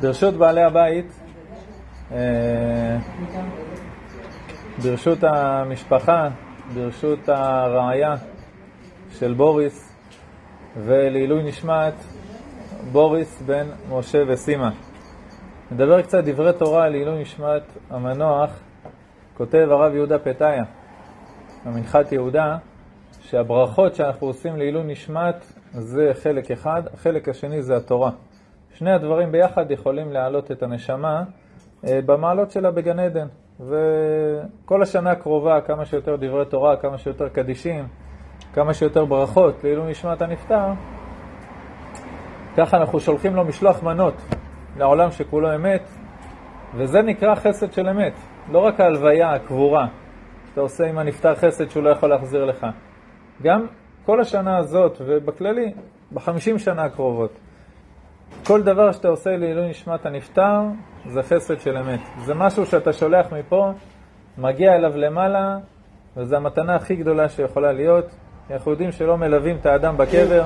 ברשות בעלי הבית, ברשות המשפחה, ברשות הרעיה של בוריס, ולעילוי נשמת בוריס בן משה וסימה. נדבר קצת דברי תורה לעילוי נשמת המנוח. כותב הרב יהודה פתאיה, המנחת יהודה, שהברכות שאנחנו עושים לעילוי נשמת זה חלק אחד, החלק השני זה התורה. שני הדברים ביחד יכולים להעלות את הנשמה במעלות שלה בגן עדן. וכל השנה הקרובה כמה שיותר דברי תורה, כמה שיותר קדישים, כמה שיותר ברכות לעילוי נשמת הנפטר, ככה אנחנו שולחים לו משלוח מנות לעולם שכולו אמת, וזה נקרא חסד של אמת. לא רק ההלוויה, הקבורה, שאתה עושה עם הנפטר חסד שהוא לא יכול להחזיר לך. גם כל השנה הזאת, ובכללי, ב50 שנה הקרובות, כל דבר שאתה עושה לעילוי נשמת הנפטר, זה חסד של אמת. זה משהו שאתה שולח מפה, מגיע אליו למעלה, וזו המתנה הכי גדולה שיכולה להיות. אנחנו יודעים שלא מלווים את האדם בקבר,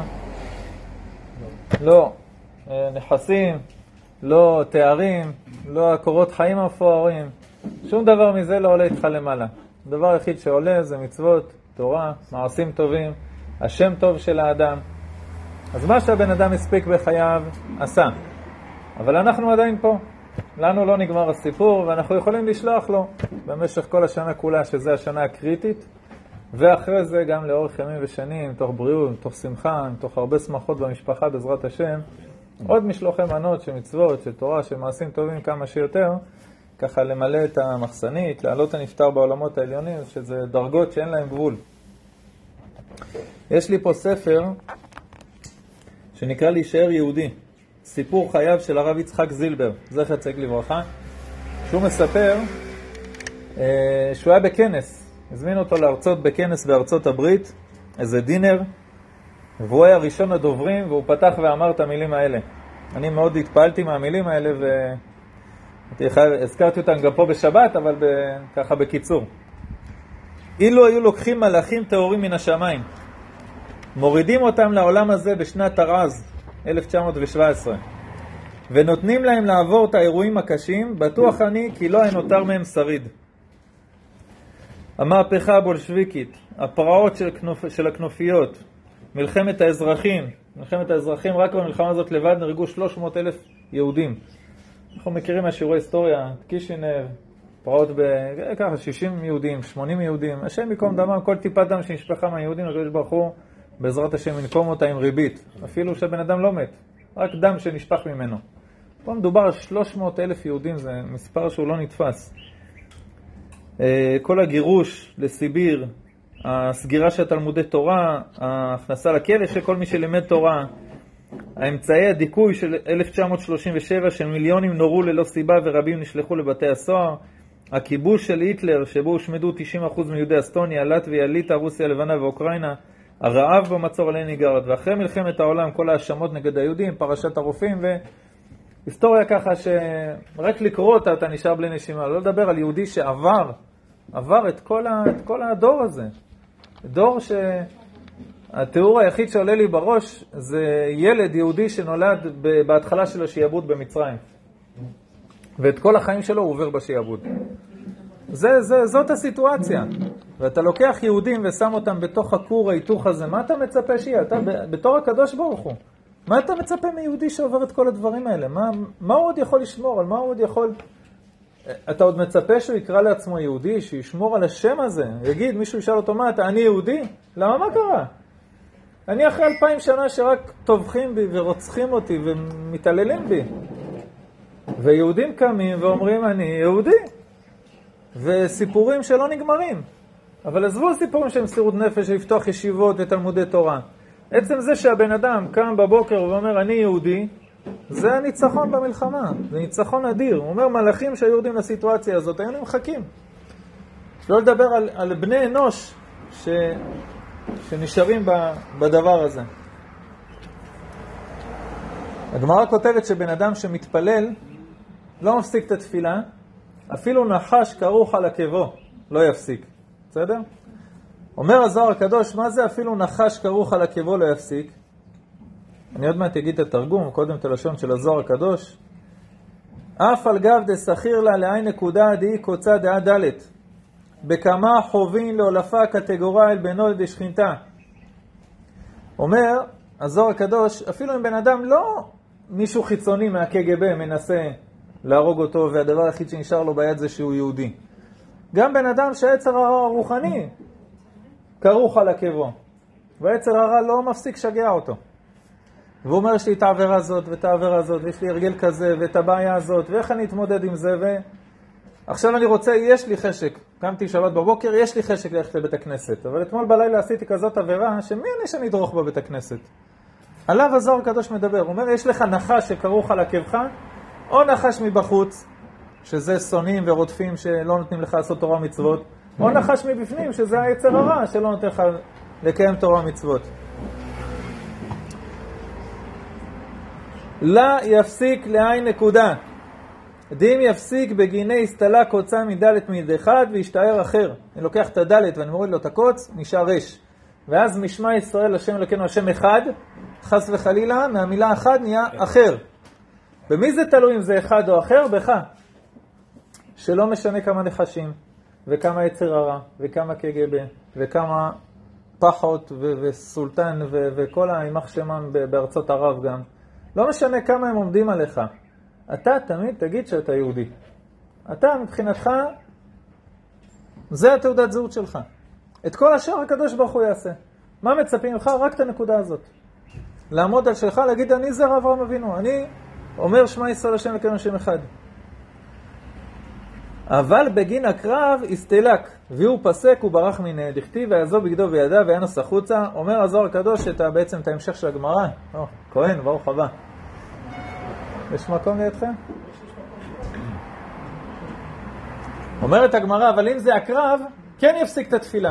לא נכסים, לא תארים, לא הקורות חיים המפוארים, שום דבר מזה לא עולה איתך למעלה. הדבר היחיד שעולה זה מצוות, תורה, מעשים טובים, השם טוב של האדם. אז מה שהבן אדם הספיק בחייו עשה, אבל אנחנו עדיין פה, לנו לא נגמר הסיפור, ואנחנו יכולים לשלוח לו במשך כל השנה כולה, שזה השנה הקריטית, ואחרי זה גם לאורך ימים ושנים, תוך בריאות, תוך שמחה, תוך הרבה שמחות במשפחה בעזרת השם, עוד משלוחי מנות של מצוות, של תורה, של מעשים טובים כמה שיותר, ככה למלא את המחסנית, להעלות הנפטר בעולמות העליונים, שזה דרגות שאין להם גבול. יש לי פה ספר שנקרא להישאר יהודי, סיפור חייו של הרב יצחק זילבר, זכר צדיק לברכה, שהוא מספר שהוא היה בכנס, הזמין אותו להרצות בכנס בארצות הברית, איזה דינר, והוא היה ראשון הדוברים, והוא פתח ואמר את המילים האלה. אני מאוד התפעלתי מהמילים האלה, והזכרתי אותם גם פה בשבת, אבל ככה בקיצור. אילו היו לוקחים מלאכים טהורים מן השמיים, מורידים אותם לעולם הזה בשנת תרז, 1917, ונותנים להם לעבור את האירועים הקשים, בטוח אני כי לא היה נותר מהם שריד. המהפכה הבולשוויקית, הפרעות של הכנופיות, מלחמת האזרחים, רק במלחמה הזאת לבד נהרגו 300,000 יהודים. אנחנו מכירים מהשיעורי היסטוריה, קישינב, פרעות ככה 60 יהודים, 80 יהודים, השם יקום דמם, כל טיפת דם שנשפכה מהיהודים, הקדוש ברוך הוא בעזרת השם ינקום אותה עם ריבית, אפילו שהבן אדם לא מת, רק דם שנשפך ממנו. פה מדובר על 300,000 יהודים, זה מספר שהוא לא נתפס. כל הגירוש לסיביר, הסגירה של תלמודי תורה, ההכנסה לכלא של כל מי שלימד תורה, האמצעי הדיכוי של 1937 של מיליונים נורו ללא סיבה ורבים נשלחו לבתי הסוהר, הכיבוש של היטלר שבו הושמדו 90% מיהודי אסטוניה, לטביה, ליטא, רוסיה, לבנה ואוקראינה, הרעב במצור על לנינגרד, ואחרי מלחמת העולם כל האשמות נגד היהודים, פרשת הרופאים והיסטוריה ככה שרק לקרוא אותה אתה נשאר בלי נשימה. לא לדבר על יהודי שעבר את כל הדור הזה. דור שהתיאור היחיד שעולה לי בראש זה ילד יהודי שנולד בהתחלה של השיעבוד במצרים. ואת כל החיים שלו הוא עובר בשיעבוד. זאת הסיטואציה. ואתה לוקח יהודים ושם אותם בתוך הכור ההיתוך הזה, מה אתה מצפה שיהיה? אתה בתור הקדוש ברוך הוא. מה אתה מצפה מיהודי שעובר את כל הדברים האלה? מה הוא עוד יכול לשמור? על מה הוא עוד יכול... אתה עוד מצפה שהוא יקרא לעצמו יהודי, שישמור על השם הזה? יגיד, מישהו ישאל אותו, מה, אני יהודי? למה, מה קרה? אני אחרי 2000 שנה שרק טובחים בי ורוצחים אותי ומתעללים בי. ויהודים קמים ואומרים, אני יהודי. וסיפורים שלא נגמרים. אבל עזבו סיפורים שהם מסירות נפש, לפתוח ישיבות ותלמודי תורה. עצם זה שהבן אדם קם בבוקר ואומר, אני יהודי, זה הניצחון במלחמה. זה ניצחון אדיר. הוא אומר, מלאכים שהיו יורדים לסיטואציה הזאת, היו נמחקים. לא לדבר על בני אנוש שנשארים בדבר הזה. הגמרא כותבת שבן אדם שמתפלל, לא מפסיק את התפילה, אפילו נחש כרוך על עקבו, לא יפסיק. בסדר? אומר הזוהר הקדוש, מה זה אפילו נחש כרוך על עקבו לא יפסיק? אני עוד מעט אגיד את התרגום, קודם את הלשון של הזוהר הקדוש. אף על גב דסחיר לה לעין נקודה דהי קוצה דעה דלת. בכמה חובין להולפה קטגוריה אל בינו דשכינתה. אומר הזוהר הקדוש, אפילו אם בן אדם לא מישהו חיצוני מהקג"ב מנסה להרוג אותו, והדבר היחיד שנשאר לו ביד זה שהוא יהודי. גם בן אדם שהיצר הרע הרוחני כרוך על עקבו, והיצר הרע לא מפסיק שגע אותו. והוא אומר, יש לי את העבירה הזאת ואת העבירה הזאת, ויש לי הרגל כזה ואת הבעיה הזאת, ואיך אני אתמודד עם זה, עכשיו אני רוצה, יש לי חשק, קמתי שבת בבוקר, יש לי חשק ללכת לבית הכנסת, אבל אתמול בלילה עשיתי כזאת עבירה, שמי אני שאני אדרוך בבית הכנסת? עליו הזוהר הקדוש מדבר, הוא אומר, יש לך נחש שכרוך על עקבך, או נחש מבחוץ, שזה שונאים ורודפים שלא נותנים לך לעשות תורה ומצוות, או נחש מבפנים, שזה היצר הרע שלא נותן לך לקיים תורה ומצוות. לה יפסיק לעין נקודה. דים יפסיק בגיני הסתלה קוצה מדלת מיד אחד וישתער אחר. אני לוקח את הדלת ואני מוריד לו את הקוץ, נשאר רש. ואז משמע ישראל השם אלוקינו השם אחד, חס וחלילה, מהמילה אחד נהיה אחר. במי זה תלוי אם זה אחד או אחר? בך. שלא משנה כמה נחשים, וכמה יצר הרע, וכמה קג"ב, וכמה פחות וסולטן וכל הימח שמם בארצות ערב גם. לא משנה כמה הם עומדים עליך. אתה תמיד תגיד שאתה יהודי. אתה מבחינתך, זה התעודת זהות שלך. את כל השאר הקדוש ברוך הוא יעשה. מה מצפים לך? רק את הנקודה הזאת. לעמוד על שלך, להגיד אני זרע אברהם אבינו. אני אומר שמע ישראל השם אלוקינו השם אחד. אבל בגין הקרב הסתלק, והוא פסק וברח מן דכתיב ויעזוב בגדו בידיו וינוס החוצה. אומר הזוהר הקדוש בעצם את ההמשך של הגמרא. כהן, ברוך הבא. יש מקום לידכם? אומרת הגמרא, אבל אם זה הקרב, כן יפסיק את התפילה.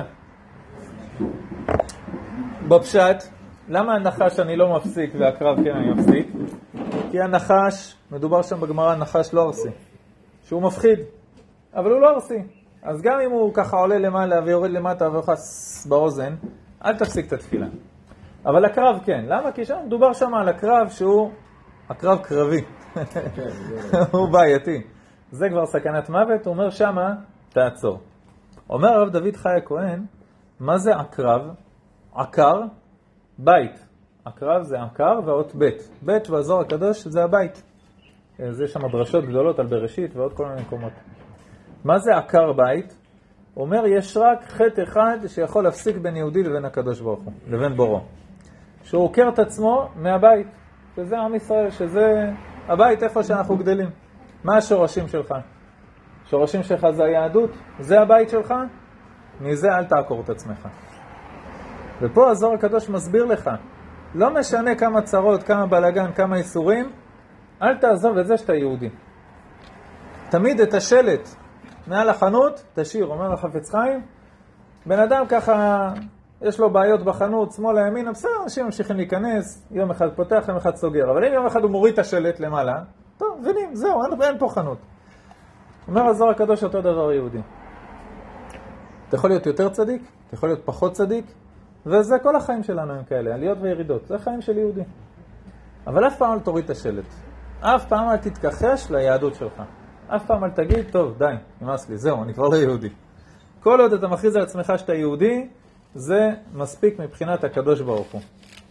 בפשט, למה הנחש אני לא מפסיק והקרב כן אני מפסיק? כי הנחש, מדובר שם בגמרא, נחש לא ארסי, שהוא מפחיד, אבל הוא לא ארסי. אז גם אם הוא ככה עולה למעלה ויורד למטה וחס באוזן, אל תפסיק את התפילה. אבל הקרב כן. למה? כי שם מדובר שם על הקרב שהוא הקרב קרבי. הוא בעייתי. זה כבר סכנת מוות. הוא אומר שמה, תעצור. אומר הרב דוד חי הכהן, מה זה הקרב? עקר, בית. הקרב זה עקר והאות בית. בית והזוהר הקדוש זה הבית. זה שם דרשות גדולות על בראשית ועוד כל מיני מקומות. מה זה עקר בית? הוא אומר, יש רק חטא אחד שיכול להפסיק בין יהודי לבין הקדוש ברוך הוא, לבין בורו. שהוא עוקר את עצמו מהבית. שזה עם ישראל, שזה הבית איפה שאנחנו גדלים. מה השורשים שלך? שורשים שלך זה היהדות, זה הבית שלך, מזה אל תעקור את עצמך. ופה הזוהר הקדוש מסביר לך, לא משנה כמה צרות, כמה בלגן, כמה איסורים, אל תעזוב את זה שאתה יהודי. תמיד את השלט מעל החנות, תשאיר, אומר החפץ חיים, בן אדם ככה, יש לו בעיות בחנות, שמאל לימין, בסדר, אנשים ממשיכים להיכנס, יום אחד פותח, יום אחד סוגר. אבל אם יום אחד הוא מוריד את השלט למעלה, טוב, מבינים, זהו, אין פה חנות. אומר הזוהר הקדוש אותו דבר יהודי. אתה יכול להיות יותר צדיק, אתה יכול להיות פחות צדיק, וזה כל החיים שלנו הם כאלה, עליות וירידות, זה החיים של יהודי. אבל אף פעם אל תוריד את השלט. אף פעם אל תתכחש ליהדות שלך. אף פעם אל תגיד, טוב, די, נמאס לי, זהו, אני כבר לא יהודי. כל עוד אתה מכריז על עצמך שאתה יהודי, זה מספיק מבחינת הקדוש ברוך הוא.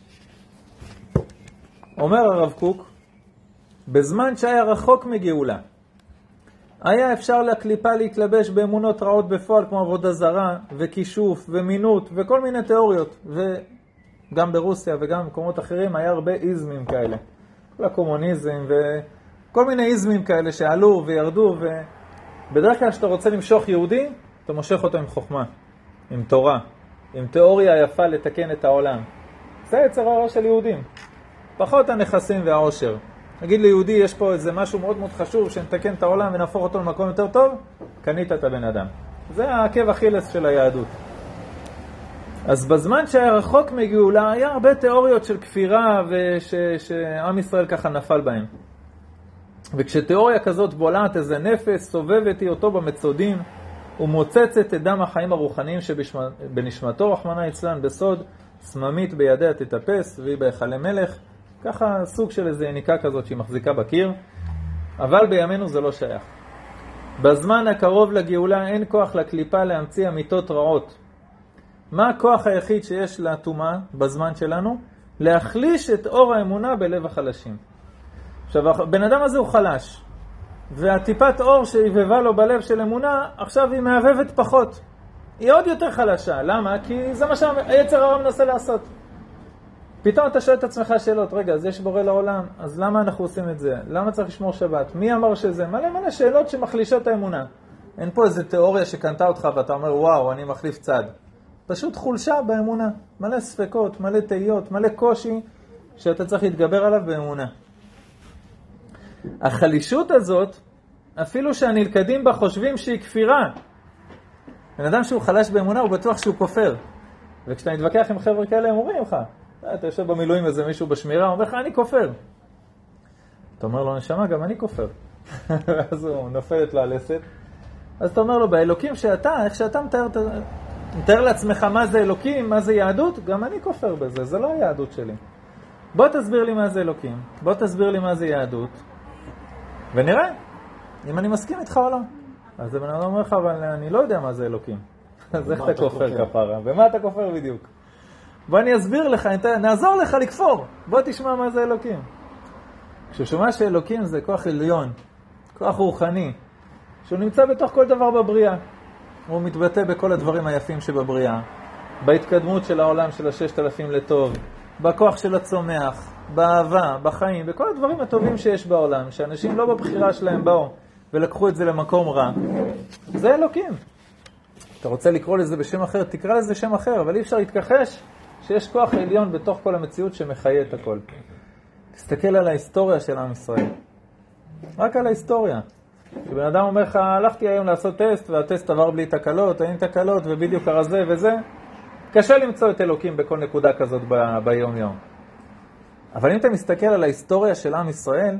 אומר הרב קוק, בזמן שהיה רחוק מגאולה, היה אפשר לקליפה להתלבש באמונות רעות בפועל כמו עבודה זרה וכישוף ומינות וכל מיני תיאוריות, וגם ברוסיה וגם במקומות אחרים היה הרבה איזמים כאלה, לקומוניזם וכל מיני איזמים כאלה שעלו וירדו, ובדרך כלל שאתה רוצה למשוך יהודי אתה מושך אותו עם חוכמה, עם תורה, עם תיאוריה יפה לתקן את העולם. זה יצר הרע של יהודים, פחות הנכסים והעושר. נגיד ליהודי יש פה איזה משהו מאוד מאוד חשוב שנתקן את העולם ונהפוך אותו למקום יותר טוב, קנית את הבן אדם. זה העקב אכילס של היהדות. אז בזמן שהיה רחוק מגאולה היה הרבה תיאוריות של כפירה ושעם ישראל ככה נפל בהם. וכשתיאוריה כזאת בולעת איזה נפש, סובבת היא אותו במצודים ומוצצת את דם החיים הרוחניים שבנשמתו, רחמנא ליצלן, בסוד, סממית בידיה תטפס והיא בהיכלי מלך. ככה סוג של איזה יניקה כזאת שהיא מחזיקה בקיר. אבל בימינו זה לא שייך. בזמן הקרוב לגאולה אין כוח לקליפה להמציא אמיתות רעות. מה הכוח היחיד שיש לטומאה בזמן שלנו? להחליש את אור האמונה בלב החלשים. עכשיו, בן אדם הזה הוא חלש, והטיפת אור שהיבבה לו בלב של אמונה, עכשיו היא מהבבת פחות. היא עוד יותר חלשה. למה? כי זה מה שהיצר הרע מנסה לעשות. פתאום אתה שואל את עצמך שאלות, רגע, אז יש בורא לעולם, אז למה אנחנו עושים את זה? למה צריך לשמור שבת? מי אמר שזה? מלא שאלות שמחלישות האמונה. אין פה איזו תיאוריה שקנתה אותך ואתה אומר, וואו, אני מחליף צד. פשוט חולשה באמונה. מלא ספקות, מלא תהיות, מלא קושי שאתה צריך להתגבר עליו באמונה. החלישות הזאת, אפילו שהנלכדים בה חושבים שהיא כפירה. בן אדם שהוא חלש באמונה, הוא בטוח שהוא כופר. וכשאתה מתווכח עם חבר'ה כאלה, הם אומרים לך, אתה יושב במילואים איזה מישהו בשמירה, הוא אומר לך, אני כופר. אתה אומר לו, נשמה, גם אני כופר. ואז הוא נופלת לו הלסת. אז אתה אומר לו, באלוקים שאתה, איך שאתה מתאר לעצמך מה זה אלוקים, מה זה יהדות, גם אני כופר בזה, זה לא היהדות שלי. בוא תסביר לי מה זה אלוקים, בוא תסביר לי מה זה יהדות, ונראה אם אני מסכים איתך או לא. אז הבן אדם אומר לך, אבל אני לא יודע מה זה אלוקים. אז איך אתה כופר כפרה? ומה אתה כופר בדיוק? בוא אני אסביר לך, נעזור לך לכפור. בוא תשמע מה זה אלוקים. כששומע שאלוקים זה כוח עליון, כוח רוחני, שהוא נמצא בתוך כל דבר בבריאה. הוא מתבטא בכל הדברים היפים שבבריאה, בהתקדמות של העולם של 6,000 לטוב, בכוח של הצומח, באהבה, בחיים, בכל הדברים הטובים שיש בעולם, שאנשים לא בבחירה שלהם באו ולקחו את זה למקום רע. זה אלוקים. אתה רוצה לקרוא לזה בשם אחר, תקרא לזה שם אחר, אבל אי אפשר להתכחש שיש כוח עליון בתוך כל המציאות שמחיה את הכל. תסתכל על ההיסטוריה של עם ישראל. רק על ההיסטוריה. כשבן אדם אומר לך, הלכתי היום לעשות טסט, והטסט עבר בלי תקלות, אין תקלות, ובדיוק קרה זה וזה, קשה למצוא את אלוקים בכל נקודה כזאת ביום יום. אבל אם אתה מסתכל על ההיסטוריה של עם ישראל,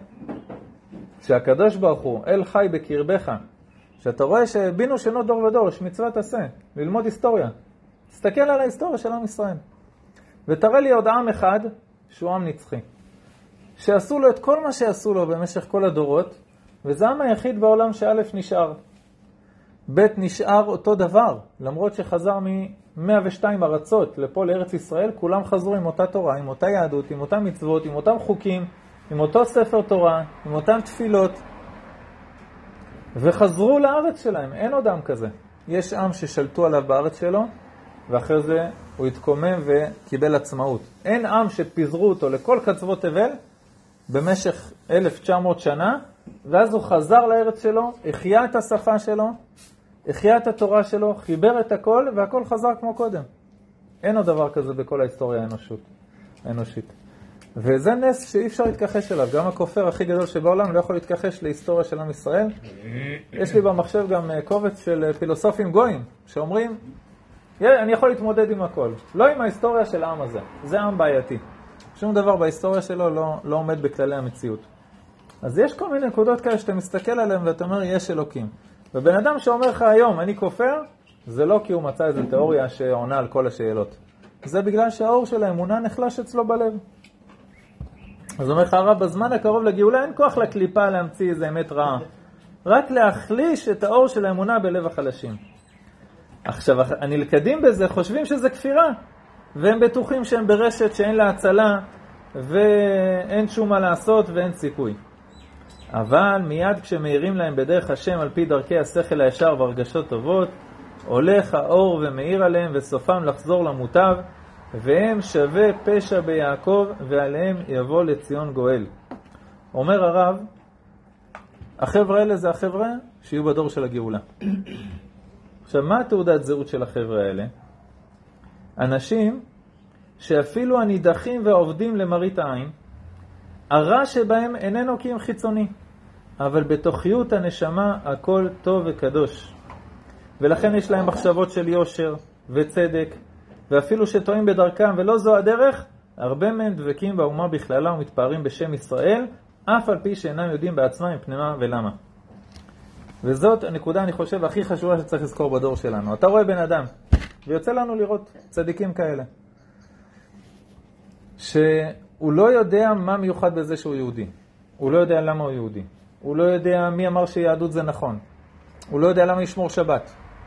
שהקדוש ברוך הוא, אל חי בקרבך, שאתה רואה שבינו שנות דור ודור, שמצוות עשה, ללמוד היסטוריה. תסתכל על ההיסטוריה של עם ישראל. ותראה לי עוד עם אחד, שהוא עם נצחי. שעשו לו את כל מה שעשו לו במשך כל הדורות, וזה העם היחיד בעולם שא' נשאר. ב' נשאר אותו דבר, למרות שחזר מ-102 ארצות לפה לארץ ישראל, כולם חזרו עם אותה תורה, עם אותה יהדות, עם אותם מצוות, עם אותם חוקים, עם אותו ספר תורה, עם אותם תפילות, וחזרו לארץ שלהם. אין עוד עם כזה. יש עם ששלטו עליו בארץ שלו, ואחרי זה הוא התקומם וקיבל עצמאות. אין עם שפיזרו אותו לכל קצוות תבל במשך 1900 שנה, ואז הוא חזר לארץ שלו, החיה את השפה שלו, החיה את התורה שלו, חיבר את הכל, והכל חזר כמו קודם. אין עוד דבר כזה בכל ההיסטוריה האנושית. וזה נס שאי אפשר להתכחש אליו. גם הכופר הכי גדול שבעולם לא יכול להתכחש להיסטוריה של עם ישראל. יש לי במחשב גם קובץ של פילוסופים גויים, שאומרים, אני יכול להתמודד עם הכל. לא עם ההיסטוריה של העם הזה. זה עם בעייתי. שום דבר בהיסטוריה שלו לא עומד בכללי המציאות. אז יש כל מיני נקודות כאלה שאתה מסתכל עליהן ואתה אומר, יש אלוקים. ובן אדם שאומר לך היום, אני כופר, זה לא כי הוא מצא איזו תיאוריה שעונה על כל השאלות. זה בגלל שהאור של האמונה נחלש אצלו בלב. אז אומר לך הרב, בזמן הקרוב לגאולה אין כוח לקליפה להמציא איזו אמת רעה. רק להחליש את האור של האמונה בלב החלשים. עכשיו, הנלכדים בזה חושבים שזה כפירה. והם בטוחים שהם ברשת שאין לה הצלה, ואין שום מה לעשות ואין סיכוי. אבל מיד כשמאירים להם בדרך השם על פי דרכי השכל הישר והרגשות טובות, הולך האור ומאיר עליהם וסופם לחזור למוטב, והם שווה פשע ביעקב ועליהם יבוא לציון גואל. אומר הרב, החבר'ה האלה זה החבר'ה שיהיו בדור של הגאולה. עכשיו, מה התעודת זהות של החבר'ה האלה? אנשים שאפילו הנידחים ועובדים למראית העין, הרע שבהם איננו כי הם חיצוני, אבל בתוכיות הנשמה הכל טוב וקדוש. ולכן יש להם מחשבות של יושר וצדק, ואפילו שטועים בדרכם ולא זו הדרך, הרבה מהם דבקים באומה בכללה ומתפארים בשם ישראל, אף על פי שאינם יודעים בעצמם מפני מה ולמה. וזאת הנקודה, אני חושב, הכי חשובה שצריך לזכור בדור שלנו. אתה רואה בן אדם, ויוצא לנו לראות צדיקים כאלה, שהוא לא יודע מה מיוחד בזה שהוא יהודי. הוא לא יודע למה הוא יהודי. הוא לא יודע מי אמר שיהדות זה נכון. הוא לא יודע למה ישמור שבת.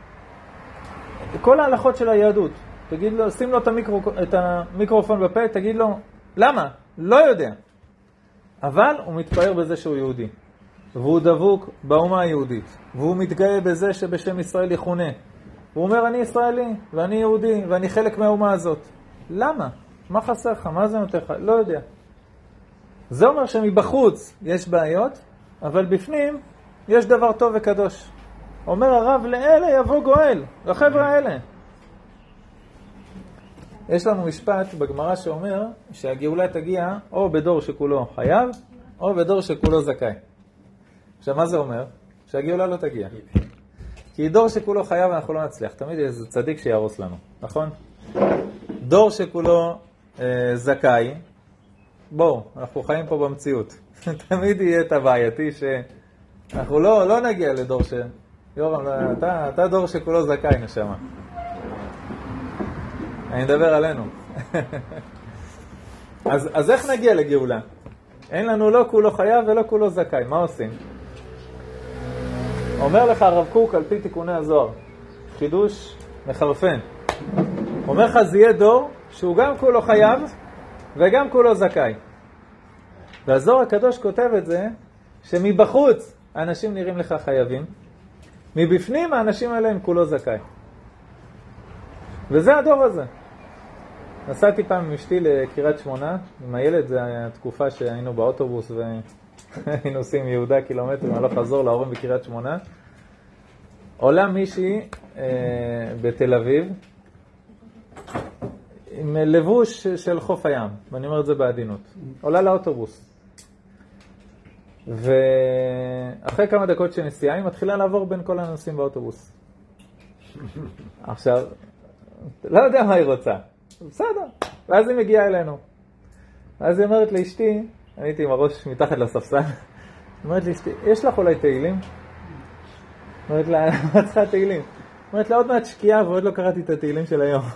כל ההלכות של היהדות, תגיד לו, שים לו את המיקרופון בפה, תגיד לו, למה? לא יודע. אבל הוא מתפאר בזה שהוא יהודי. והוא דבוק באומה היהודית. והוא מתגאה בזה שבשם ישראל יכונה. הוא אומר, אני ישראלי, ואני יהודי, ואני חלק מהאומה הזאת. למה? מה חסר לך? מה זה נותן לך? לא יודע. זה אומר שמבחוץ יש בעיות, אבל בפנים יש דבר טוב וקדוש. אומר הרב, לאלה יבוא גואל, לחבר'ה האלה. יש לנו משפט בגמרא שאומר שהגאולה תגיע או בדור שכולו חייב, או בדור שכולו זכאי. עכשיו, מה זה אומר? שהגאולה לא תגיע. כי דור שכולו חייב אנחנו לא נצליח. תמיד יש איזה צדיק שירוס לנו, נכון? דור שכולו זכאי, בואו, אנחנו חיים פה במציאות. תמיד יהיה את הבעייתי שאנחנו לא נגיע לדור ש... יורם, אתה דור שכולו זכאי, נשמה. אני מדבר עלינו. אז איך נגיע לגאולה? אין לנו לא כולו חייב ולא כולו זכאי. מה עושים? אומר לך הרב קוק על פי תיקוני הזוהר, חידוש מחרפן. אומר לך זה יהיה דור שהוא גם כולו חייב וגם כולו זכאי. והזוהר הקדוש כותב את זה שמבחוץ האנשים נראים לך חייבים, מבפנים האנשים האלה הם כולו זכאי. וזה הדור הזה. נסעתי פעם עם אשתי לקריית שמונה, עם הילד, זה היה תקופה שהיינו באוטובוס והיינו עושים יהודה קילומטרים, הלוך חזור להורים בקריית שמונה. עולה מישהי בתל אביב, עם לבוש של חוף הים, ואני אומר את זה בעדינות. עולה לאוטובוס. ואחרי כמה דקות שנסיעה, היא מתחילה לעבור בין כל הנוסעים באוטובוס. עכשיו, לא יודע מה היא רוצה. בסדר. ואז היא מגיעה אלינו. ואז היא אומרת לאשתי, אני הייתי עם הראש מתחת לספסל, היא אומרת לאשתי, יש לך אולי תהילים? אומרת לה, מה צריכה תהילים? אומרת לה, עוד מעט שקיעה ועוד לא קראתי את התהילים של היום.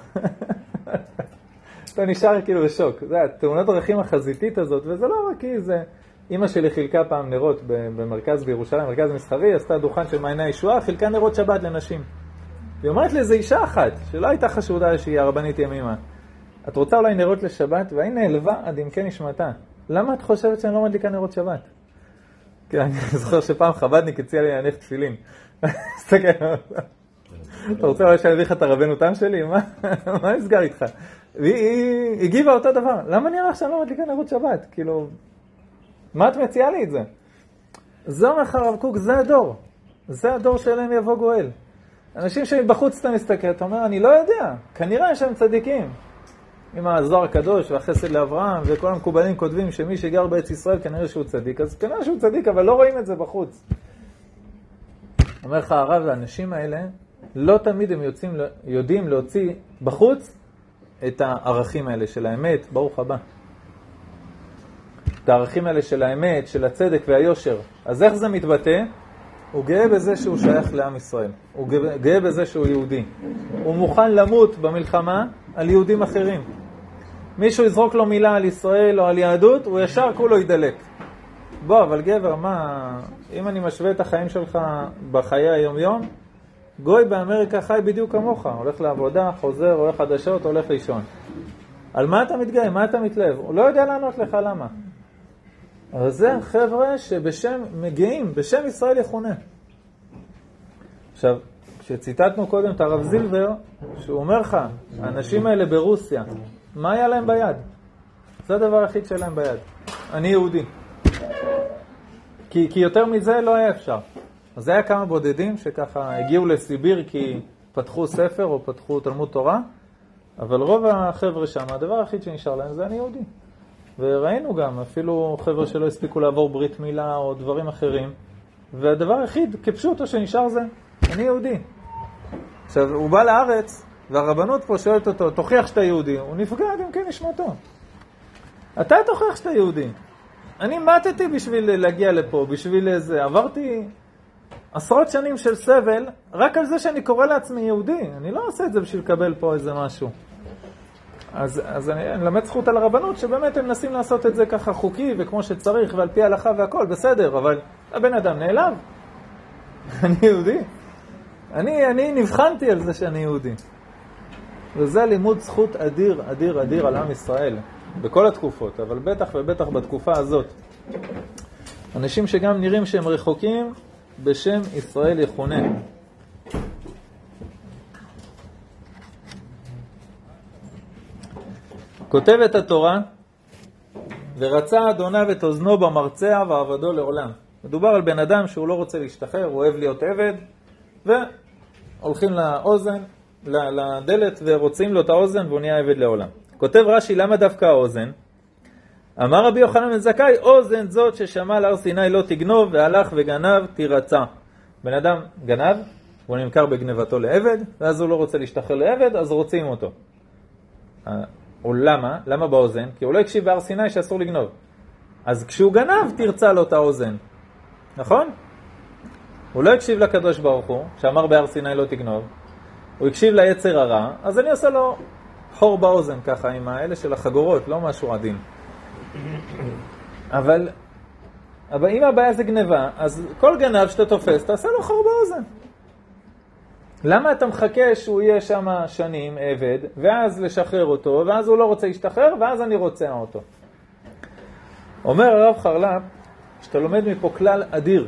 אתה נשאר כאילו בשוק. זה תאונת דרכים החזיתית הזאת, וזה לא רק כי זה... אמא שלי חילקה פעם נרות במרכז בירושלים, מרכז מסחרי, עשתה דוכן של מעייני הישועה, חילקה נרות שבת לנשים. היא אומרת לאיזו אישה אחת, שלא הייתה חשודה שהיא הרבנית ימימה. את רוצה אולי נרות לשבת? והיא נעלבה עד עמקי נשמתה. למה את חושבת שאני לא מדליקה נרות שבת? כי אני זוכר שפעם חבדניק הציע לי להניח תפילין. אתה רוצה אולי שאני אביא לך את הרבנו תם שלי? מה נסגר איתך? והיא הגיבה אותו דבר. למה נראה שאני לא מדליקה נרות שבת? כאילו, מה את מציעה לי את זה? זה אומר לך הרב קוק, זה הדור. זה הדור שאליהם יבוא גואל. אנשים שמבחוץ אתה מסתכל, אתה אומר, אני לא יודע. כנראה שהם צדיקים. עם הזוהר הקדוש והחסד לאברהם וכל המקובלים כותבים שמי שגר בארץ ישראל כנראה שהוא צדיק. אז כנראה שהוא צדיק, אבל לא רואים את זה בחוץ. אומר לך הרב, האנשים האלה לא תמיד הם יודעים להוציא בחוץ את הערכים האלה של האמת. ברוך הבא. את הערכים האלה של האמת, של הצדק והיושר. אז איך זה מתבטא? הוא גאה בזה שהוא שייך לעם ישראל. הוא גאה בזה שהוא יהודי. הוא מוכן למות במלחמה על יהודים אחרים. מישהו יזרוק לו מילה על ישראל או על יהדות, הוא ישר כולו ידלק. בוא, אבל גבר, מה... אם אני משווה את החיים שלך בחיי היום-יום, גוי באמריקה חי בדיוק כמוך. הולך לעבודה, חוזר, הולך חדשות, הולך לישון. על מה אתה מתגאה? מה אתה מתלהב? הוא לא יודע לענות לך למה. אבל זה חבר'ה שבשם מגיעים, בשם ישראל יכונה. עכשיו, כשציטטנו קודם את הרב זילבר, שהוא אומר לך, האנשים האלה ברוסיה, מה היה להם ביד? זה הדבר היחיד שלהם ביד. אני יהודי. כי יותר מזה לא היה אפשר. אז זה היה כמה בודדים שככה הגיעו לסיביר כי פתחו ספר או פתחו תלמוד תורה, אבל רוב החבר'ה שם, הדבר היחיד שנשאר להם זה אני יהודי. וראינו גם אפילו חבר'ה שלא הספיקו לעבור ברית מילה או דברים אחרים, והדבר היחיד כפשוטו שנשאר זה אני יהודי. עכשיו הוא בא לארץ והרבנות פה שואלת אותו, תוכיח שאתה יהודי. הוא נפגע אם כן נשמתו. אתה תוכיח שאתה יהודי. אני מתתי בשביל להגיע לפה, בשביל איזה, עברתי עשרות שנים של סבל רק על זה שאני קורא לעצמי יהודי. אני לא עושה את זה בשביל לקבל פה איזה משהו. אז אני למד זכות על הרבנות שבאמת הם מנסים לעשות את זה ככה חוקי וכמו שצריך ועל פי ההלכה והכל, בסדר, אבל הבן אדם נעלב. אני יהודי. אני נבחנתי על זה שאני יהודי. וזה לימוד זכות אדיר, אדיר, אדיר על עם ישראל. בכל התקופות, אבל בטח ובטח בתקופה הזאת. אנשים שגם נראים שהם רחוקים, בשם ישראל יכונה. כותבת התורה, ורצה אדוניו את אוזנו במרצע ועבדו לעולם. מדובר על בן אדם שהוא לא רוצה להשתחרר, הוא אוהב להיות עבד, והולכים לאוזן, לדלת, ורוצים לו את האוזן, והוא נהיה עבד לעולם. כותב רש"י, למה דווקא האוזן? אמר רבי יוחנן בן זכאי, אוזן זאת ששמע על הר סיני לא תגנוב, והלך וגנב תירצה. בן אדם גנב, הוא נמכר בגנבתו לעבד, ואז הוא לא רוצה להשתחרר לעבד, אז רוצים אותו. למה? למה באוזן? כי הוא לא הקשיב בהר סיני שאסור לגנוב. אז כשהוא גנב, תרצה לו את האוזן. נכון? הוא לא הקשיב לקדוש ברוך הוא, שאמר בהר סיני לא תגנוב. הוא הקשיב ליצר הרע, אז אני עושה לו חור באוזן ככה, עם האלה של החגורות, לא משהו עדין. אבל אם הבעיה זה גניבה, אז כל גנב שאתה תופס, תעשה לו חור באוזן. למה אתה מחכה שהוא יהיה שם שנים עבד, ואז לשחרר אותו, ואז הוא לא רוצה להשתחרר, ואז אני רוצה אותו? אומר הרב חרל"פ, שאתה לומד מפה כלל אדיר.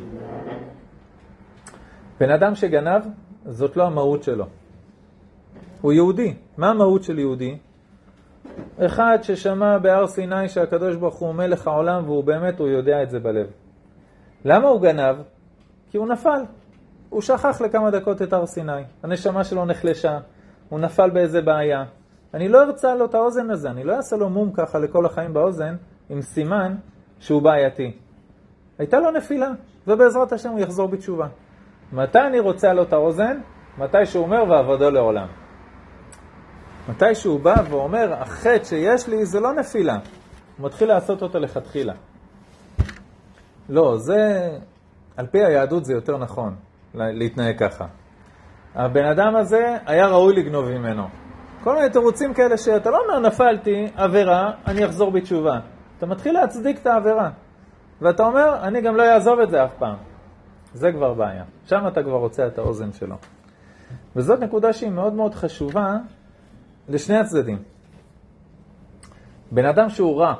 בן אדם שגנב, זאת לא המהות שלו. הוא יהודי. מה המהות של יהודי? אחד ששמע בהר סיני שהקדוש ברוך הוא מלך העולם, והוא באמת, הוא יודע את זה בלב. למה הוא גנב? כי הוא נפל. הוא שכח לכמה דקות את הר סיני. הנשמה שלו נחלשה. הוא נפל באיזה בעיה. אני לא ארצה לו את האוזן הזה. אני לא אעשה לו מום ככה לכל החיים באוזן, עם סימן שהוא בעייתי. הייתה לו נפילה, ובעזרת השם הוא יחזור בתשובה. מתי אני רוצה לו את האוזן? מתי שהוא אומר ועבדו לעולם. מתי שהוא בא ואומר, החטא שיש לי זה לא נפילה. הוא מתחיל לעשות אותו לכתחילה. לא, זה, על פי היהדות זה יותר נכון, להתנהג ככה. הבן אדם הזה היה ראוי לגנוב ממנו. כל מיני תירוצים כאלה שאתה לא אומר, נפלתי, עבירה, אני אחזור בתשובה. אתה מתחיל להצדיק את העבירה. ואתה אומר, אני גם לא אעזוב את זה אף פעם. זה כבר בעיה. שם אתה כבר רוצה את האוזן שלו. וזאת נקודה שהיא מאוד מאוד חשובה לשני הצדדים. בן אדם שהוא רע,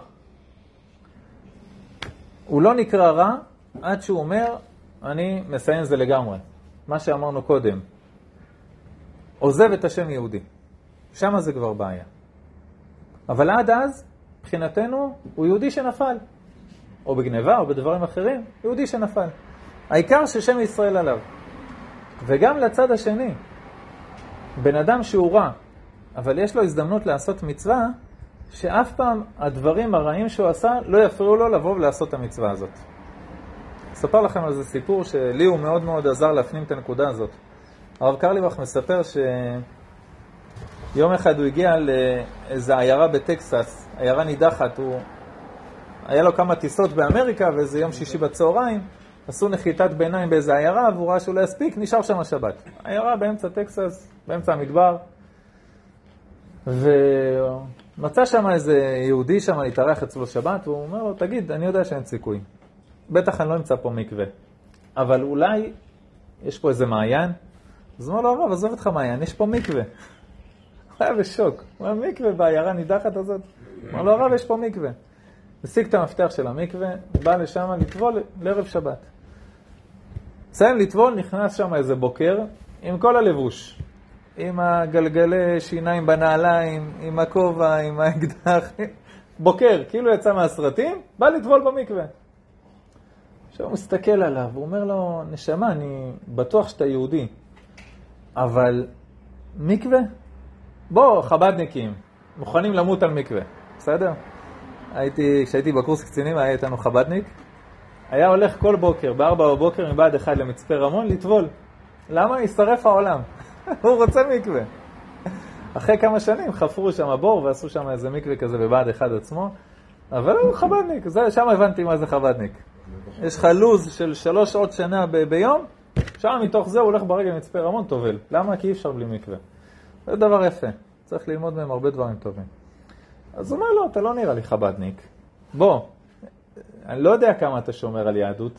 הוא לא נקרא רע עד שהוא אומר, אני מסיים זה לגמרי. מה שאמרנו קודם. עוזב את השם יהודי. שם זה כבר בעיה. אבל עד אז, מבחינתנו, הוא יהודי שנפל. או בגניבה או בדברים אחרים, יהודי שנפל. העיקר ששם ישראל עליו. וגם לצד השני, בן אדם שהוא רע, אבל יש לו הזדמנות לעשות מצווה, שאף פעם הדברים הרעים שהוא עשה לא יפריעו לו לבוא ולעשות את המצווה הזאת. אספר לכם על זה סיפור שלי הוא מאוד מאוד עזר להפנים את הנקודה הזאת. הרב קרליבך מספר שיום אחד הוא הגיע לאיזו עיירה בטקסס, עיירה נידחת, היה לו כמה טיסות באמריקה, ואיזה יום שישי בצהריים, עשו נחיתת ביניים באיזו עיירה, והוא ראה שהוא לא יספיק, נשאר שם השבת. עיירה באמצע טקסס, באמצע המדבר, ומצא שם איזה יהודי שם להתארח אצלו שבת, והוא אומר לו, תגיד, אני יודע שאין סיכוי. בטח אני לא אמצא פה מקווה. אבל אולי יש פה איזה מעיין? אז הוא אומר לו, הרב, עזוב אותך מעיין, יש פה מקווה. הוא היה בשוק. הוא אומר, מקווה בעיירה נידחת הזאת? הוא אומר לו, הרב, יש פה מקווה. השיג את המפתח של המקווה, בא לשם לטבול לערב שבת. סיים לטבול, נכנס שם איזה בוקר, עם כל הלבוש. עם הגלגלי שיניים בנעליים, עם הכובע, עם האקדח. בוקר, כאילו יצא מהסרטים, בא לטבול במקווה. עכשיו הוא מסתכל עליו, הוא אומר לו, נשמה, אני בטוח שאתה יהודי, אבל מקווה? בוא, חבדניקים, מוכנים למות על מקווה, בסדר? כשהייתי בקורס קצינים, היה איתנו חבדניק, היה הולך כל בוקר, ב4 בבוקר, מבעד אחד למצפה רמון, לטבול. למה? ישרף העולם. הוא רוצה מקווה. אחרי כמה שנים חפרו שם בור, ועשו שם איזה מקווה כזה בבעד אחד עצמו, אבל הוא חבדניק, שם הבנתי מה זה חבדניק. יש לך לוז של 3 שעות שנה ביום, שם מתוך זה הוא הולך ברגע מצפה רמון, טובל. למה? כי אי אפשר בלי מקווה. זה דבר יפה. צריך ללמוד מהם הרבה דברים טובים. אז הוא אומר לו, אתה לא נראה לי חבדניק. בוא, אני לא יודע כמה אתה שומר על יהדות,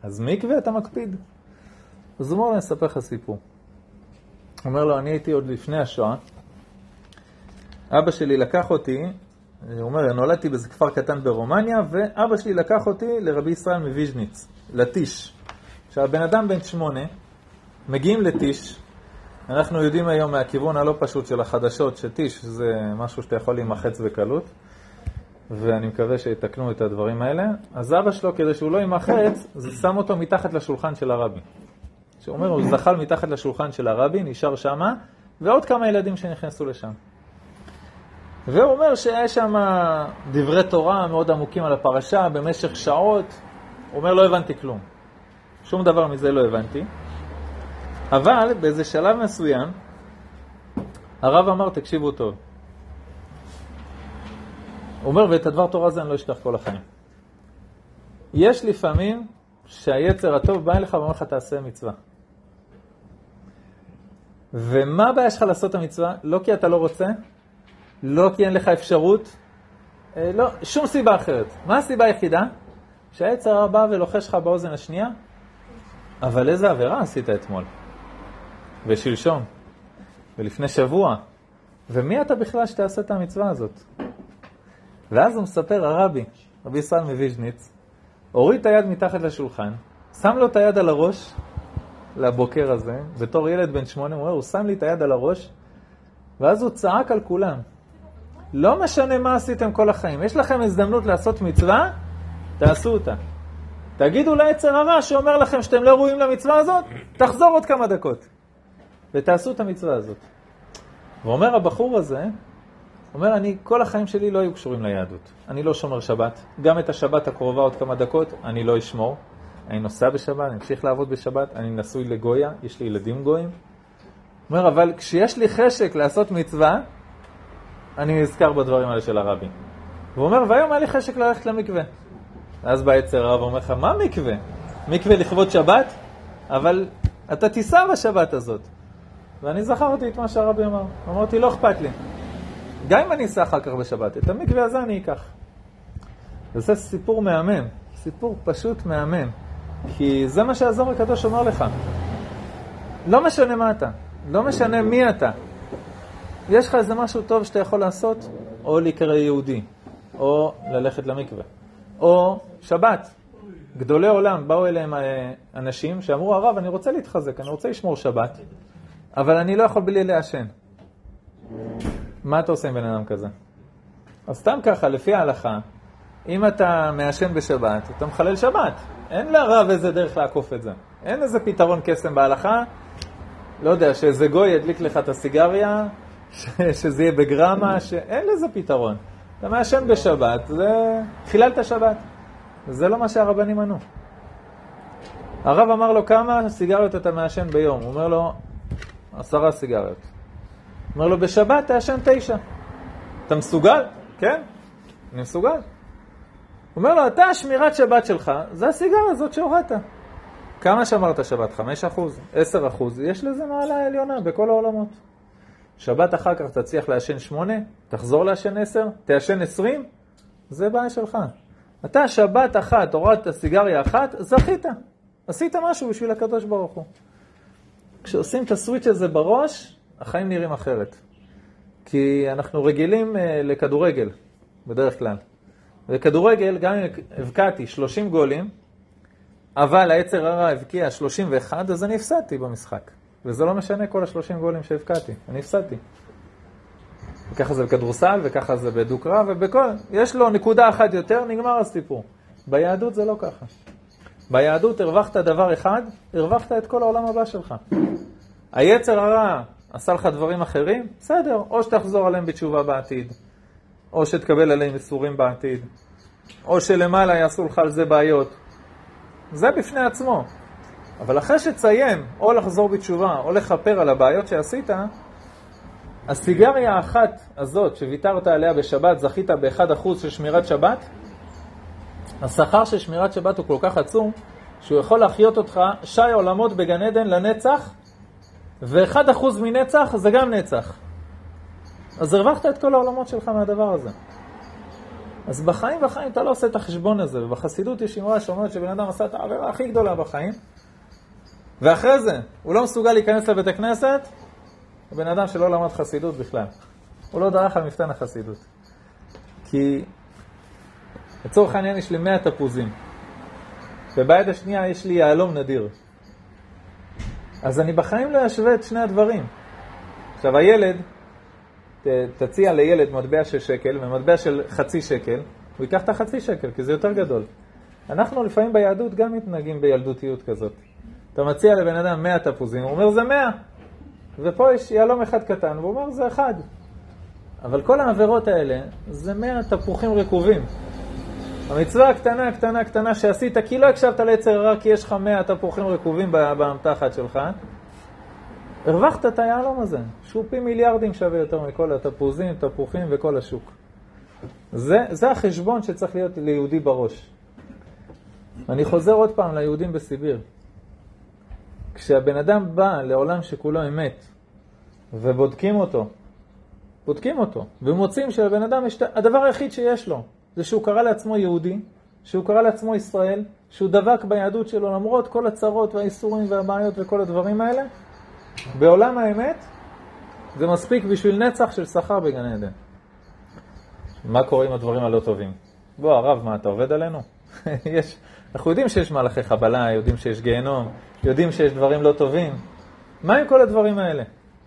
אז מקווה אתה מקפיד? אז הוא אומר, אני אספר לך סיפור. הוא אומר לו, אני הייתי עוד לפני השואה, אבא שלי לקח אותי, הוא אומר, נולדתי באיזה כפר קטן ברומניה, ואבא שלי לקח אותי לרבי ישראל מוויז'ניץ, לטיש. עכשיו, הבן אדם בן 8, מגיעים לטיש, אנחנו יודעים היום מהכיוון הלא פשוט של החדשות, שטיש זה משהו שאתה יכול להימחץ בקלות, ואני מקווה שיתקנו את הדברים האלה. אז אבא שלו, כדי שהוא לא יימחץ, זה שם אותו מתחת לשולחן של הרבי. שהוא אומר, הוא זחל מתחת לשולחן של הרבי, נשאר שמה, ועוד כמה ילדים שנכנסו לשם. והוא אומר שיש שם דברי תורה מאוד עמוקים על הפרשה, במשך שעות. הוא אומר, לא הבנתי כלום. שום דבר מזה לא הבנתי. אבל באיזה שלב מסוים, הרב אמר, תקשיבו טוב. הוא אומר, ואת הדבר תורה הזה אני לא אשכח כל החיים. יש לפעמים שהיצר הטוב בא אליך ואומר לך, תעשה מצווה. ומה הבעיה שלך לעשות את המצווה? לא כי אתה לא רוצה, לא כי אין לך אפשרות, לא, שום סיבה אחרת. מה הסיבה היחידה? שהיצר בא ולוחש לך באוזן השנייה, אבל איזה עבירה עשית אתמול? ושלשום, ולפני שבוע, ומי אתה בכלל שתעשה את המצווה הזאת? ואז הוא מספר, הרבי, רבי ישראל מוויז'ניץ, הוריד את היד מתחת לשולחן, שם לו את היד על הראש, לבוקר הזה, בתור ילד בן 8, הוא שם לי את היד על הראש, ואז הוא צעק על כולם. לא משנה מה עשיתם כל החיים, יש לכם הזדמנות לעשות מצווה, תעשו אותה. תגידו ליצר הרע שאומר לכם שאתם לא ראויים למצווה הזאת, תחזור עוד כמה דקות. ותעשו את המצווה הזאת. ואומר הבחור הזה, אומר, אני כל החיים שלי לא היו קשורים ליהדות. אני לא שומר שבת. גם את השבת הקרובה עוד כמה דקות, אני לא אשמור. אני נוסע בשבת, אני אמשיך לעבוד בשבת, אני נשוי לגויה, יש לי ילדים גויים. אומר, אבל כשיש לי חשק לעשות מצווה, אני נזכר בדברים האלה של הרבי. והוא אומר, והיום היה לי חשק ללכת למקווה. אז בא יצר הרב ואומר לך, מה מקווה? מקווה לכבוד שבת? אבל אתה תיסע בשבת הזאת. ואני זכרתי את מה שהרבי אמר. אמרתי, לא אכפת לי. גם אם אני אסע אחר כך בשבת, את המקווה הזה אני אקח. וזה סיפור מהמם. סיפור פשוט מהמם. כי זה מה שהזוהר הקדוש אומר לך. לא משנה מה אתה. לא משנה מי אתה. יש לך איזה משהו טוב שאתה יכול לעשות, או להיקרא יהודי, או ללכת למקווה, או שבת. גדולי עולם באו אליהם אנשים שאמרו, הרב, אני רוצה להתחזק, אני רוצה לשמור שבת, אבל אני לא יכול בלי לעשן. מה אתה עושה עם בן אדם כזה? אז סתם ככה, לפי ההלכה, אם אתה מעשן בשבת, אתה מחלל שבת. אין לרב איזה דרך לעקוף את זה. אין איזה פתרון קסם בהלכה, לא יודע, שאיזה גוי ידליק לך את הסיגריה, שזה יהיה בגרמה, שאין לזה פתרון. אתה מעשן בשבת, זה חיללת שבת. וזה לא מה שהרבנים ענו. הרב אמר לו, כמה סיגריות אתה מעשן ביום? הוא אומר לו, 10 סיגריות. הוא אומר לו, בשבת תעשן 9. אתה מסוגל? כן, אני מסוגל. הוא אומר לו, אתה שמירת שבת שלך, זה הסיגריה הזאת שהורדת. כמה שמרת שבת? 5%? 10%? יש לזה מעלה עליונה בכל העולמות. שבת אחר כך תצליח לעשן 8, תחזור לעשן 10, תעשן 20, זה בעיה שלך. אתה שבת אחת, הורדת סיגריה אחת, זכית. עשית משהו בשביל הקדוש ברוך הוא. כשעושים את הסוויץ' הזה בראש, החיים נראים אחרת. כי אנחנו רגילים לכדורגל, בדרך כלל. וכדורגל, גם אם הבקעתי 30 גולים, אבל היצר הרע הבקיע 31, אז אני הפסדתי במשחק. וזה לא משנה כל ה-30 גולים שהבקעתי. אני הפסדתי. וככה זה בכדורסל, וככה זה בדו-קרב, ובכל... יש לו נקודה אחת יותר, נגמר הסיפור. ביהדות זה לא ככה. ביהדות הרווחת דבר אחד, הרווחת את כל העולם הבא שלך. היצר הרע עשה לך דברים אחרים, בסדר, או שתחזור עליהם בתשובה בעתיד, או שתקבל עליהם איסורים בעתיד, או שלמעלה יעשו לך על זה בעיות. זה בפני עצמו. אבל אחרי שתסיים, או לחזור בתשובה, או לחפר על הבעיות שעשית, הסיגריה האחת הזאת שוויתרת עליה בשבת, זכית ב1% של שמירת שבת, השכר של שמירת שבת הוא כל כך עצום, שהוא יכול להחיות אותך שי עולמות בגן עדן לנצח, ו1% מנצח זה גם נצח. אז הרווחת את כל העולמות שלך מהדבר הזה. אז בחיים אתה לא עושה את החשבון הזה, ובחסידות יש אמרה שאומרת שבן אדם עשה את העבירה הכי גדולה בחיים, ואחרי זה הוא לא מסוגל להיכנס לבית הכנסת, הבן אדם שלא למד חסידות בכלל. הוא לא דרך על מפתן החסידות. כי לצורך העניין יש לי 100 תפוזים, וביד השנייה יש לי יהלום נדיר. אז אני בחיים לא אשווה את שני הדברים. עכשיו הילד, תציע לילד מטבע של שקל ומטבע של חצי שקל, הוא ייקח את החצי שקל כי זה יותר גדול. אנחנו לפעמים ביהדות גם מתנהגים בילדותיות כזאת. אתה מציע לבן אדם 100 תפוזים, הוא אומר זה 100, ופה יש יהלום אחד קטן, והוא אומר זה אחד. אבל כל העבירות האלה זה 100 תפוחים רקובים. המצווה הקטנה שעשית כי לא הקשבת ליצר הרע כי יש לך 100 תפוחים רקובים באמתחת שלך, הרווחת את היהלום הזה, שהוא פי מיליארדים שווה יותר מכל התפוזים, תפוחים וכל השוק. זה החשבון שצריך להיות ליהודי בראש. אני חוזר עוד פעם ליהודים בסיביר. כשהבן אדם בא לעולם שכולו אמת, ובודקים אותו, ומוצאים שלבן אדם יש הדבר היחיד שיש לו, זה שהוא קרא לעצמו יהודי, שהוא קרא לעצמו ישראל, שהוא דבק ביהדות שלו למרות כל הצרות והאיסורים והבעיות וכל הדברים האלה, בעולם האמת זה מספיק בשביל נצח של שכר בגן עדן. מה קורה עם הדברים הלא טובים? בוא הרב, מה אתה עובד עלינו? אנחנו יודעים שיש מלאכי חבלה, יודעים שיש גיהנום, יודעים שיש דברים לא טובים. מה עם כל הדברים האלה?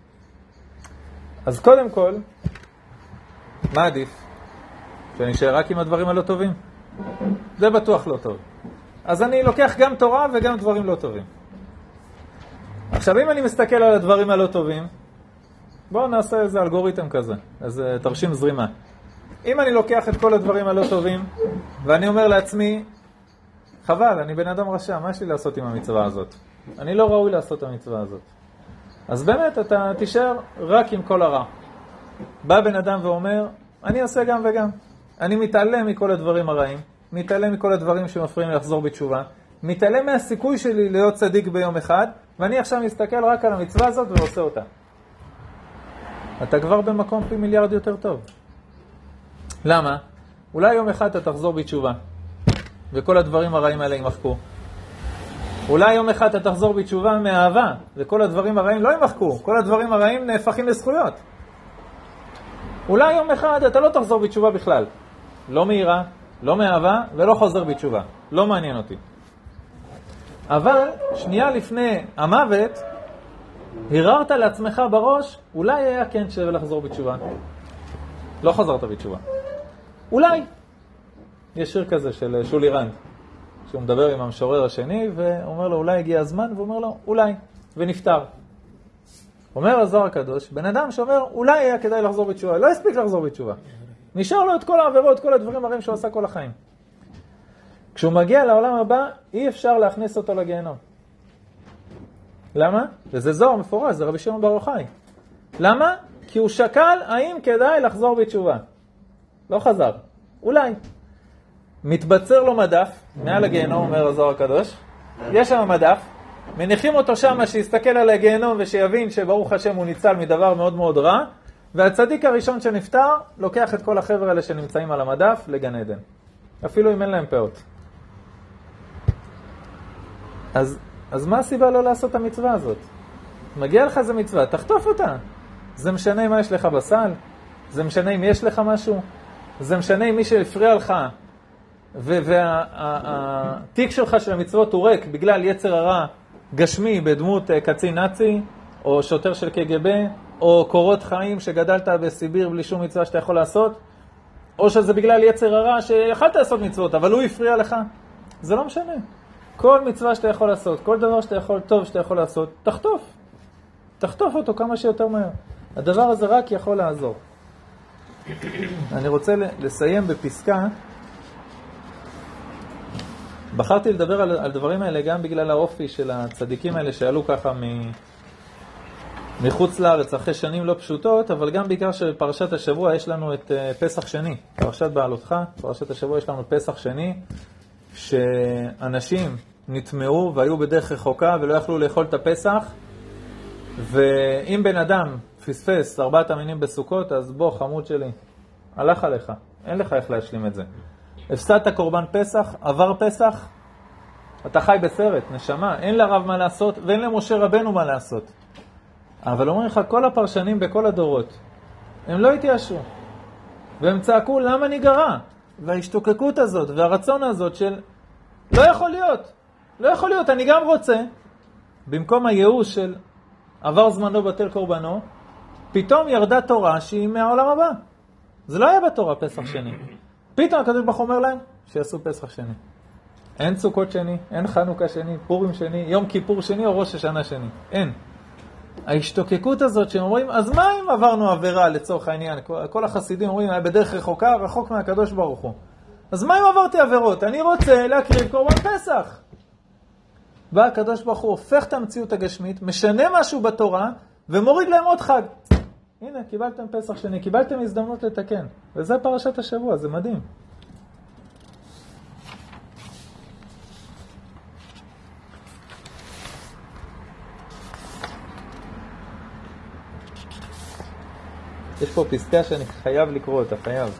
אז קודם כל, מה עדיף? שאני אשאר רק עם הדברים הלא טובים? זה בטוח לא טוב. אז אני לוקח גם תורה וגם דברים לא טובים. עכשיו אם אני מסתכל על הדברים הלא טובים, בואו נעשה איזה אלגוריתם כזה, איזה תרשים זרימה. אם אני לוקח את כל הדברים הלא טובים, ואני אומר לעצמי, חבל, אני בן אדם רשע, מה יש לי לעשות עם המצווה הזאת? אני לא ראוי לעשות את המצווה הזאת. אז באמת אתה תישאר רק עם כל הרע. בא בן אדם ואומר, אני עושה גם וגם. אני מתעלם מכל הדברים הרעים, מתעלם מכל הדברים שמפריעים לחזור בתשובה, מתעלם מהסיכוי שלי להיות צדיק ביום אחד, ואני עכשיו מסתכל רק על המצווה הזאת ועושה אותה. אתה כבר במקום פי מיליארד יותר טוב. למה? אולי יום אחד אתה תחזור בתשובה, וכל הדברים הרעים האלה יימחקו. אולי יום אחד אתה תחזור בתשובה מאהבה, וכל הדברים הרעים לא יימחקו, כל הדברים הרעים נהפכים לזכויות. אולי יום אחד אתה לא תחזור בתשובה בכלל. לא מהירה, לא מאהבה, ולא חוזר בתשובה. לא מעניין אותי. אבל שנייה לפני המוות, הררת לעצמך בראש, אולי היה כן שווה לחזור בתשובה. לא חזרת בתשובה. אולי. יש שיר כזה של שולי רנד, שהוא מדבר עם המשורר השני, ואומר לו, אולי הגיע הזמן, ואומר לו, אולי, ונפטר. אומר הזוהר הקדוש, בן אדם שאומר, אולי היה כדאי לחזור בתשובה, לא הספיק לחזור בתשובה. נשאר לו את כל העבירות, כל הדברים הרעים שהוא עשה כל החיים. כשהוא מגיע לעולם הבא, אי אפשר להכניס אותו לגיהנום. למה? וזה זוהר מפורש, זה רבי שמעון בר יוחאי. למה? כי הוא שקל האם כדאי לחזור בתשובה. לא חזר. אולי. מתבצר לו מדף, מעל הגיהנום, אומר הזוהר הקדוש. יש שם מדף, מניחים אותו שם שיסתכל על הגיהנום ושיבין שברוך השם הוא ניצל מדבר מאוד מאוד רע, והצדיק הראשון שנפטר לוקח את כל החבר'ה האלה שנמצאים על המדף לגן עדן. אפילו אם אין להם פאות. אז מה הסיבה לא לעשות את המצווה הזאת? מגיע לך זה מצווה, תחטוף אותה. זה משנה מה יש לך בסל? זה משנה אם יש לך משהו? זה משנה אם מי שהפריע לך והתיק שלך של המצוות הוא ריק בגלל יצר הרע גשמי בדמות קצין נאצי או שוטר של קג"ב או קורות חיים שגדלת בסיביר בלי שום מצווה שאתה יכול לעשות, או שזה בגלל יצר הרע שיכולת לעשות מצוות אבל הוא הפריע לך. זה לא משנה. כל מצווה שאתה יכול לעשות, כל דבר שאתה יכול, טוב שאתה יכול לעשות, תחטוף אותו כמה שיותר מהר. הדבר הזה רק יכול לעזור. אני רוצה לסיים בפסקה. בחרתי לדבר על דברים האלה גם בגלל האופי של הצדיקים האלה שעלו ככה מחוץ לארץ אחרי שנים לא פשוטות, אבל גם בעיקר שבפרשת השבוע יש לנו את פסח שני. פרשת בעלותך, פרשת השבוע יש לנו פסח שני, שאנשים נטמעו והיו בדרך רחוקה ולא יכלו לאכול את הפסח, ואם בן אדם פספס 4 המינים בסוכות, אז בוא חמוד שלי, הלך עליך. אין לך איך להשלים את זה. הפסדת קורבן פסח, עבר פסח, אתה חי בסרט, נשמה, אין לרב מה לעשות ואין למשה רבנו מה לעשות. אבל אומרים לך, כל הפרשנים בכל הדורות, הם לא התיישרו. והם צעקו, למה ניגרע? וההשתוקקות הזאת והרצון הזאת של, לא יכול להיות, לא יכול להיות, אני גם רוצה, במקום הייאוש של עבר זמנו בטל קורבנו, פתאום ירדה תורה שהיא מהעולם הבא. זה לא היה בתורה פסח שני. פתאום הקדוש ברוך הוא אומר להם שיעשו פסח שני. אין סוכות שני, אין חנוכה שני, פורים שני, יום כיפור שני או ראש השנה שני. אין. ההשתוקקות הזאת שהם אומרים, אז מה אם עברנו עבירה לצורך העניין? כל החסידים אומרים, היה בדרך רחוקה, רחוק מהקדוש ברוך הוא. אז מה אם עברתי עבירות? אני רוצה להקריב קורבן פסח. בא הקדוש ברוך הוא, הופך את המציאות הגשמית, משנה משהו בתורה, ומוריד להם עוד חג. הנה, קיבלתם פסח שני, קיבלתם הזדמנות לתקן. וזה פרשת השבוע, זה מדהים. יש פה פסקה שאני חייב לקרוא אותה, חייב.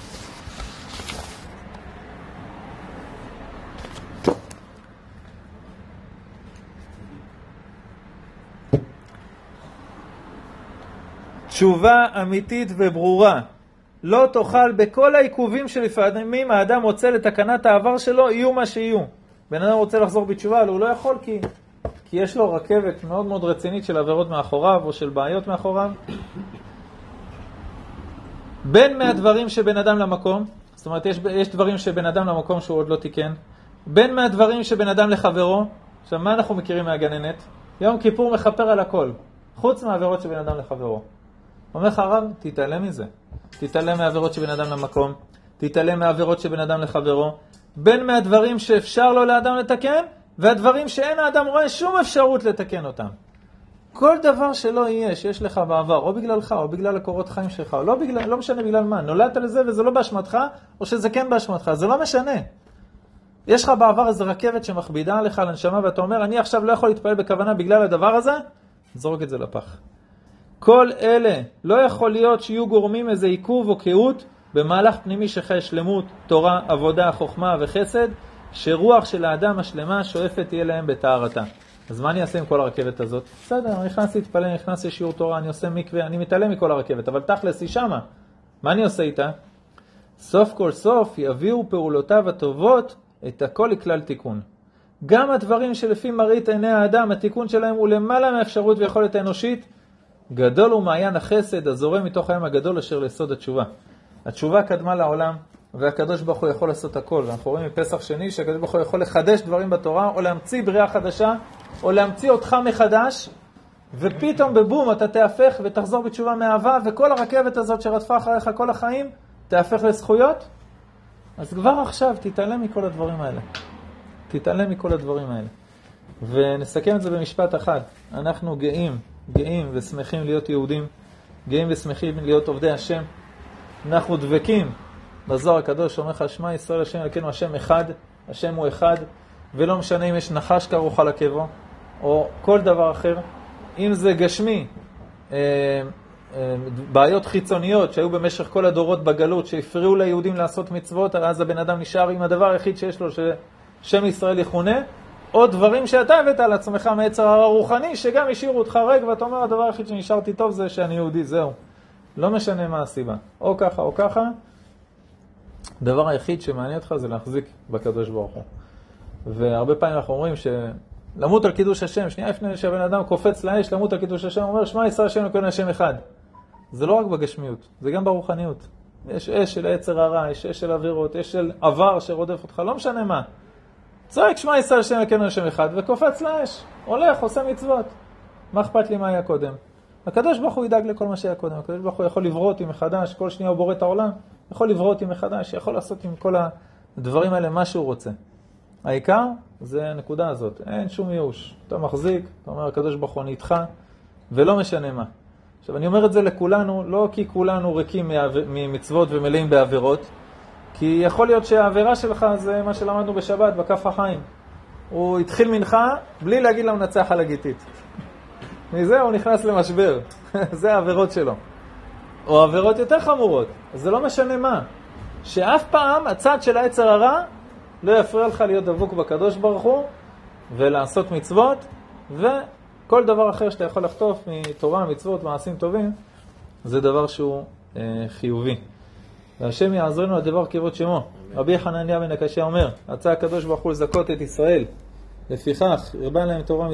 תשובה אמיתית וברורה. לא תאכל בכל העיכובים שלפעמים האדם רוצה לתקנת העבר שלו, יהיו מה שיהיו. בן אדם רוצה לחזור בתשובה, אבל הוא לא יכול כי יש לו רכבת מאוד מאוד רצינית של עבירות מאחוריו או של בעיות מאחוריו. בין מהדברים שבן אדם למקום, זאת אומרת יש דברים שבן אדם למקום שהוא עוד לא תיקן, בין מהדברים שבן אדם לחברו. עכשיו מה אנחנו מכירים מהגננת? יום כיפור מחפר על הכל, חוץ מהעבירות שבן אדם לחברו. אומר לך הרב, תתעלם מזה. תתעלם מהעבירות שבן אדם למקום, תתעלם מהעבירות שבן אדם לחברו, בין מהדברים שאפשר לו לאדם לתקן, והדברים שאין האדם רואה שום אפשרות לתקן אותם. כל דבר שלא יהיה, שיש לך בעבר, או בגללך, או בגלל הקורות חיים שלך, או לא משנה בגלל מה, נולדת לזה וזה לא באשמתך, או שזה כן באשמתך, זה לא משנה. יש לך בעבר איזו רכבת שמכבידה עליך על הנשמה, ואתה אומר, אני עכשיו לא יכול להתפעל בכוונה בגלל הדבר הזה, זורק את זה לפח. כל אלה לא יכול להיות שיהיו גורמים איזה עיכוב או קהות במהלך פנימי שחי שלמות, תורה, עבודה, חוכמה וחסד, שרוח של האדם השלמה שואפת תהיה להם בתארתה. אז מה אני אעשה עם כל הרכבת הזאת? בסדר, אני נכנס להתפלל, אני נכנס לשיעור תורה, אני עושה מקווה, אני מתעלם מכל הרכבת, אבל תכלס היא שמה. מה אני עושה איתה? סוף כל סוף יביאו פעולותיו הטובות את הכל לכלל תיקון. גם הדברים שלפי מראית עיני האדם, התיקון שלהם הוא למעלה מהאפשרות ויכולת האנושית, גדול הוא מעיין החסד הזורם מתוך הים הגדול אשר ליסוד התשובה. התשובה קדמה לעולם, והקדוש ברוך הוא יכול לעשות הכל. ואנחנו רואים מפסח שני שהקדוש ברוך הוא יכול לחדש דברים בתורה, או להמציא בריאה חדשה, או להמציא אותך מחדש, ופתאום בבום אתה תהפך ותחזור בתשובה מאהבה, וכל הרכבת הזאת שרדפה אחריך כל החיים, תהפך לזכויות. אז כבר עכשיו תתעלם מכל הדברים האלה. תתעלם מכל הדברים האלה. ונסכם את זה במשפט אחד. אנחנו גאים ושמחים להיות יהודים, גאים ושמחים להיות עובדי השם. אנחנו דבקים בזוהר הקדוש, אומר לך, שמע ישראל השם אלוקינו, השם אחד, השם הוא אחד, ולא משנה אם יש נחש כרוך על עקבו, או כל דבר אחר. אם זה גשמי, בעיות חיצוניות שהיו במשך כל הדורות בגלות, שהפריעו ליהודים לעשות מצוות, אז הבן אדם נשאר עם הדבר היחיד שיש לו, ששם ישראל יכונה, או דברים שאתה הבאת על עצמך מיצר הרע רוחני, שגם השאירו אותך רגע, ואתה אומר, הדבר היחיד שנשארתי טוב זה שאני יהודי, זהו. לא משנה מה הסיבה. או ככה או ככה, הדבר היחיד שמעניין אותך זה להחזיק בקדוש ברוך הוא. והרבה פעמים אנחנו אומרים שלמות על קידוש השם, שנייה לפני שהבן אדם קופץ לאש, למות על קידוש השם, אומר, שמע ישראל השם אלוקינו השם אחד. זה לא רק בגשמיות, זה גם ברוחניות. יש אש של יצר הרע, יש אש של עבירות, יש של עבר שרודף אותך, לא משנה מה. צועק שמע ישראל השם אלוקינו השם אחד, וקופץ לאש, הולך, עושה מצוות. מה אכפת לי מה היה קודם? הקדוש ברוך הוא ידאג לכל מה שהיה קודם. הקדוש ברוך הוא יכול לברוא אותי מחדש, כל שנייה הוא בורא את העולם, יכול לברוא אותי מחדש, יכול לעשות עם כל הדברים האלה מה שהוא רוצה. העיקר זה הנקודה הזאת, אין שום ייאוש. אתה מחזיק, אתה אומר הקדוש ברוך הוא אני איתך, ולא משנה מה. עכשיו אני אומר את זה לכולנו, לא כי כולנו ריקים ממצוות ומלאים בעבירות, כי יכול להיות שהעבירה שלך זה מה שלמדנו בשבת, בכף החיים. הוא התחיל מנחה בלי להגיד לה מנצח על הגיטית. מזה הוא נכנס למשבר. זה העבירות שלו. או עבירות יותר חמורות. אז זה לא משנה מה. שאף פעם הצד של היצר הרע לא יפריע לך להיות דבוק בקדוש ברוך הוא ולעשות מצוות, וכל דבר אחר שאתה יכול לחטוף מתורה, מצוות, מעשים טובים, זה דבר שהוא חיובי. והשם יעזרנו לדבר כבוד שמו. רבי חנניה בן הקשיא אומר, רצה הקדוש ברוך הוא לזכות את ישראל, לפיכך הרבה להם תורה